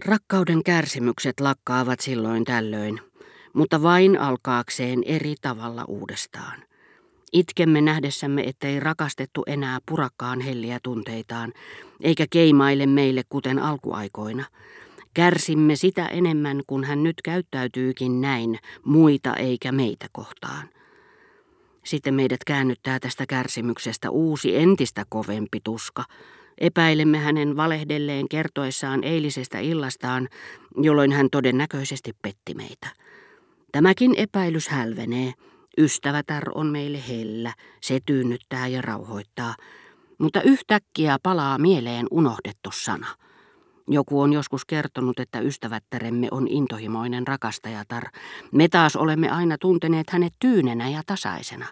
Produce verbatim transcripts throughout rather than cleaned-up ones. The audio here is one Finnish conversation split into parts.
Rakkauden kärsimykset lakkaavat silloin tällöin, mutta vain alkaakseen eri tavalla uudestaan. Itkemme nähdessämme, ettei rakastettu enää purakaan helliä tunteitaan, eikä keimaile meille kuten alkuaikoina. Kärsimme sitä enemmän, kun hän nyt käyttäytyykin näin muita eikä meitä kohtaan. Sitten meidät käännyttää tästä kärsimyksestä uusi entistä kovempi tuska. Epäilemme hänen valehdelleen kertoessaan eilisestä illastaan, jolloin hän todennäköisesti petti meitä. Tämäkin epäilys hälvenee. Ystävätär on meille hellä, se tyynnyttää ja rauhoittaa, mutta yhtäkkiä palaa mieleen unohdettu sana. Joku on joskus kertonut, että ystävättäremme on intohimoinen rakastajatar. Me taas olemme aina tunteneet hänet tyynenä ja tasaisena.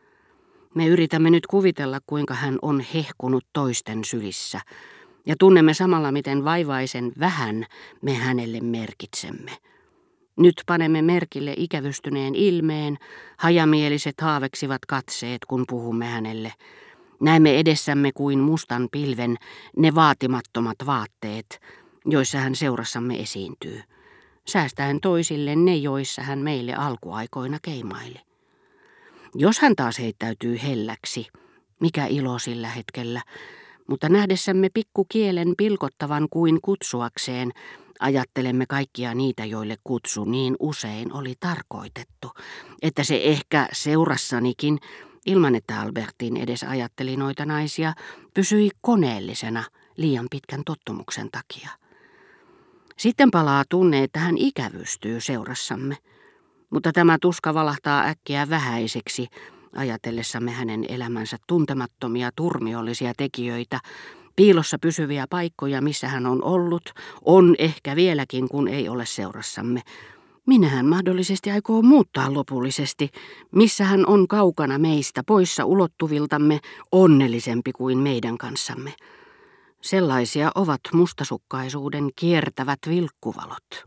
Me yritämme nyt kuvitella, kuinka hän on hehkunut toisten sylissä, ja tunnemme samalla, miten vaivaisen vähän me hänelle merkitsemme. Nyt panemme merkille ikävystyneen ilmeen, hajamieliset haaveksivat katseet, kun puhumme hänelle. Näemme edessämme kuin mustan pilven ne vaatimattomat vaatteet, joissa hän seurassamme esiintyy, säästäen toisille ne, joissa hän meille alkuaikoina keimaili. Jos hän taas heittäytyy helläksi, mikä ilo sillä hetkellä, mutta nähdessämme pikkukielen pilkottavan kuin kutsuakseen, ajattelemme kaikkia niitä, joille kutsu niin usein oli tarkoitettu, että se ehkä seurassanikin, ilman että Albertin edes ajatteli noita naisia, pysyi koneellisena liian pitkän tottumuksen takia. Sitten palaa tunne, että hän ikävystyy seurassamme, mutta tämä tuska valahtaa äkkiä vähäiseksi, ajatellessamme hänen elämänsä tuntemattomia turmiollisia tekijöitä, piilossa pysyviä paikkoja, missä hän on ollut, on ehkä vieläkin, kun ei ole seurassamme. Minä hän mahdollisesti aikoo muuttaa lopullisesti, missä hän on kaukana meistä, poissa ulottuviltamme, onnellisempi kuin meidän kanssamme. Sellaisia ovat mustasukkaisuuden kiertävät vilkkuvalot.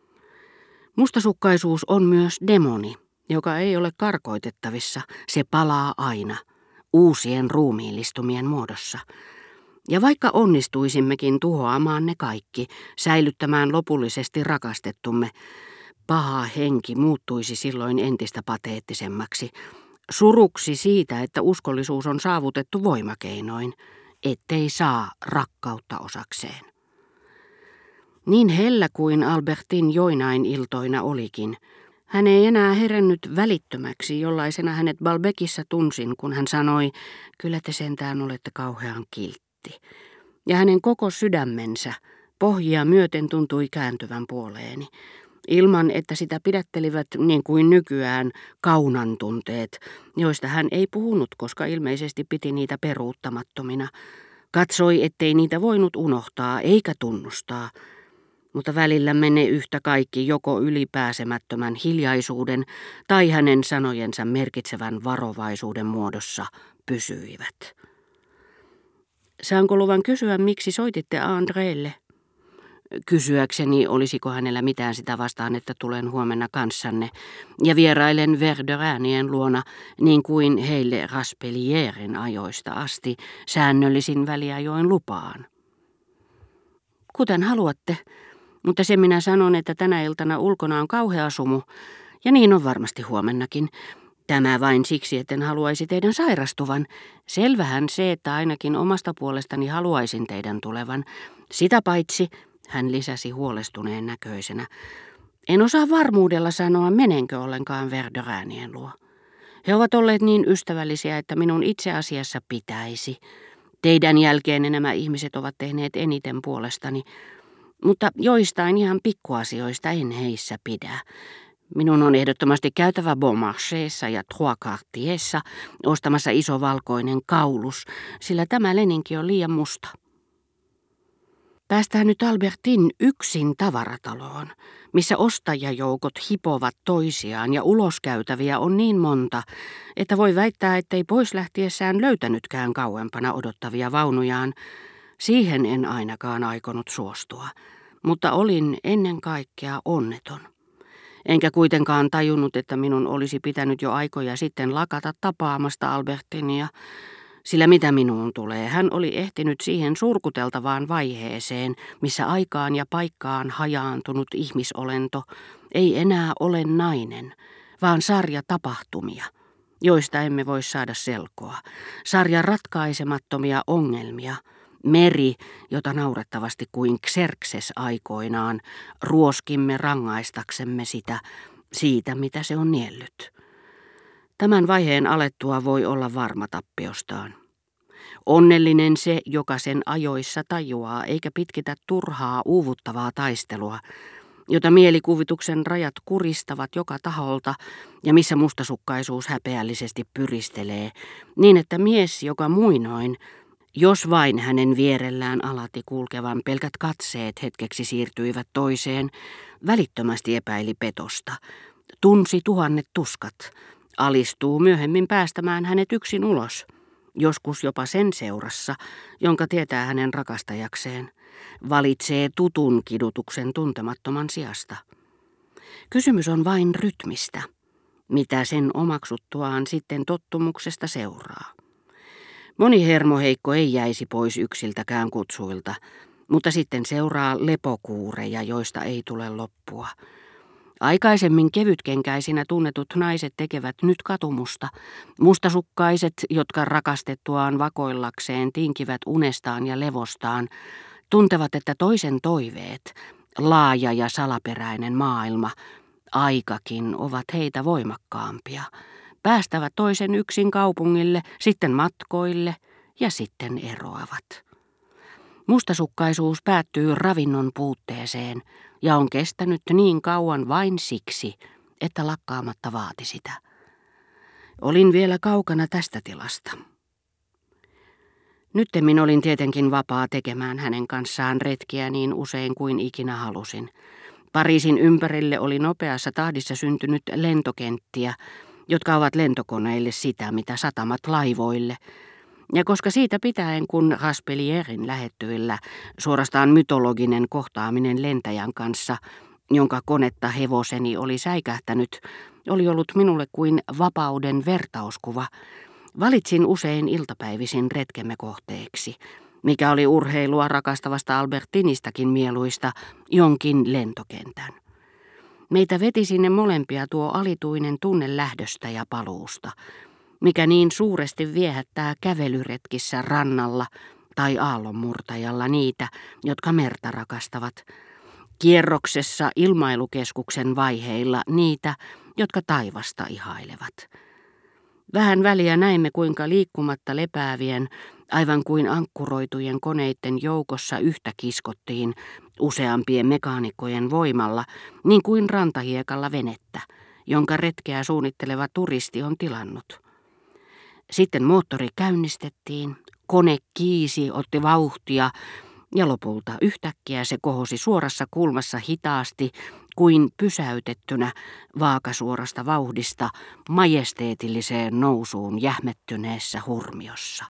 Mustasukkaisuus on myös demoni, joka ei ole karkoitettavissa, se palaa aina, uusien ruumiillistumien muodossa. Ja vaikka onnistuisimmekin tuhoamaan ne kaikki, säilyttämään lopullisesti rakastettumme, paha henki muuttuisi silloin entistä pateettisemmaksi, suruksi siitä, että uskollisuus on saavutettu voimakeinoin, ettei saa rakkautta osakseen. Niin hellä kuin Albertin joinain iltoina olikin, hän ei enää herännyt välittömäksi, jollaisena hänet Balbekissa tunsin, kun hän sanoi, kyllä te sentään olette kauhean kiltti. Ja hänen koko sydämensä pohjia myöten tuntui kääntyvän puoleeni, ilman että sitä pidättelivät niin kuin nykyään kaunan tunteet, joista hän ei puhunut, koska ilmeisesti piti niitä peruuttamattomina. Katsoi, ettei niitä voinut unohtaa eikä tunnustaa, mutta välillämme ne yhtä kaikki joko ylipääsemättömän hiljaisuuden tai hänen sanojensa merkitsevän varovaisuuden muodossa pysyivät. Saanko luvan kysyä, miksi soititte Andreelle? Kysyäkseni, olisiko hänellä mitään sitä vastaan, että tulen huomenna kanssanne ja vierailen Verderäänien luona niin kuin heille Raspelierin ajoista asti säännöllisin väliajoin lupaan. Kuten haluatte, mutta sen minä sanon, että tänä iltana ulkona on kauhea sumu, ja niin on varmasti huomennakin. Tämä vain siksi, etten haluaisi teidän sairastuvan. Selvähän se, että ainakin omasta puolestani haluaisin teidän tulevan. Sitä paitsi, hän lisäsi huolestuneen näköisenä, en osaa varmuudella sanoa, menenkö ollenkaan Verderäänien luo. He ovat olleet niin ystävällisiä, että minun itse asiassa pitäisi. Teidän jälkeen nämä ihmiset ovat tehneet eniten puolestani, mutta joistain ihan pikkuasioista en heissä pidä. Minun on ehdottomasti käytävä Bon Marchéssa ja Trois Quartiersissa ostamassa iso valkoinen kaulus, sillä tämä leninki on liian musta. Päästään nyt Albertin yksin tavarataloon, missä ostajajoukot hipovat toisiaan ja uloskäytäviä on niin monta, että voi väittää, ettei pois lähtiessään löytänytkään kauempana odottavia vaunujaan. Siihen en ainakaan aikonut suostua, mutta olin ennen kaikkea onneton. Enkä kuitenkaan tajunnut, että minun olisi pitänyt jo aikoja sitten lakata tapaamasta Albertinia, Sillä mitä minuun tulee, hän oli ehtinyt siihen surkuteltavaan vaiheeseen, missä aikaan ja paikkaan hajaantunut ihmisolento ei enää ole nainen, vaan sarja tapahtumia, joista emme voi saada selkoa, sarja ratkaisemattomia ongelmia, meri, jota naurettavasti kuin Xerxes aikoinaan ruoskimme rangaistaksemme sitä, siitä mitä se on niellyt. Tämän vaiheen alettua voi olla varma tappiostaan. Onnellinen se, joka sen ajoissa tajuaa, eikä pitkitä turhaa uuvuttavaa taistelua, jota mielikuvituksen rajat kuristavat joka taholta ja missä mustasukkaisuus häpeällisesti pyristelee, niin että mies, joka muinoin, jos vain hänen vierellään alati kulkevan pelkät katseet hetkeksi siirtyivät toiseen, välittömästi epäili petosta, tunsi tuhannet tuskat, alistuu myöhemmin päästämään hänet yksin ulos, joskus jopa sen seurassa, jonka tietää hänen rakastajakseen, valitsee tutun kidutuksen tuntemattoman sijasta. Kysymys on vain rytmistä, mitä sen omaksuttuaan sitten tottumuksesta seuraa. Moni hermoheikko ei jäisi pois yksiltäkään kutsuilta, mutta sitten seuraa lepokuureja, joista ei tule loppua. Aikaisemmin kevytkenkäisinä tunnetut naiset tekevät nyt katumusta. Mustasukkaiset, jotka rakastettuaan vakoillakseen tinkivät unestaan ja levostaan, tuntevat, että toisen toiveet, laaja ja salaperäinen maailma, aikakin ovat heitä voimakkaampia. Päästävät toisen yksin kaupungille, sitten matkoille ja sitten eroavat. Mustasukkaisuus päättyy ravinnon puutteeseen ja on kestänyt niin kauan vain siksi, että lakkaamatta vaati sitä. Olin vielä kaukana tästä tilasta. Nyttemmin olin tietenkin vapaa tekemään hänen kanssaan retkiä niin usein kuin ikinä halusin. Pariisin ympärille oli nopeassa tahdissa syntynyt lentokenttiä, jotka ovat lentokoneille sitä, mitä satamat laivoille. Ja koska siitä pitäen, kun Raspelierin lähettyvillä suorastaan mytologinen kohtaaminen lentäjän kanssa, jonka konetta hevoseni oli säikähtänyt, oli ollut minulle kuin vapauden vertauskuva, valitsin usein iltapäivisin retkemme kohteeksi, mikä oli urheilua rakastavasta Albertinistakin mieluista, jonkin lentokentän. Meitä veti sinne molempia tuo alituinen tunne lähdöstä ja paluusta, mikä niin suuresti viehättää kävelyretkissä rannalla tai aallonmurtajalla niitä, jotka merta rakastavat, kierroksessa ilmailukeskuksen vaiheilla niitä, jotka taivasta ihailevat. Vähän väliä näimme, kuinka liikkumatta lepäävien, aivan kuin ankkuroitujen koneiden joukossa yhtä kiskottiin useampien mekaanikkojen voimalla, niin kuin rantahiekalla venettä, jonka retkeä suunnitteleva turisti on tilannut. Sitten moottori käynnistettiin, kone kiisi, otti vauhtia ja lopulta yhtäkkiä se kohosi suorassa kulmassa hitaasti kuin pysäytettynä vaakasuorasta vauhdista majesteetilliseen nousuun jähmettyneessä hurmiossa.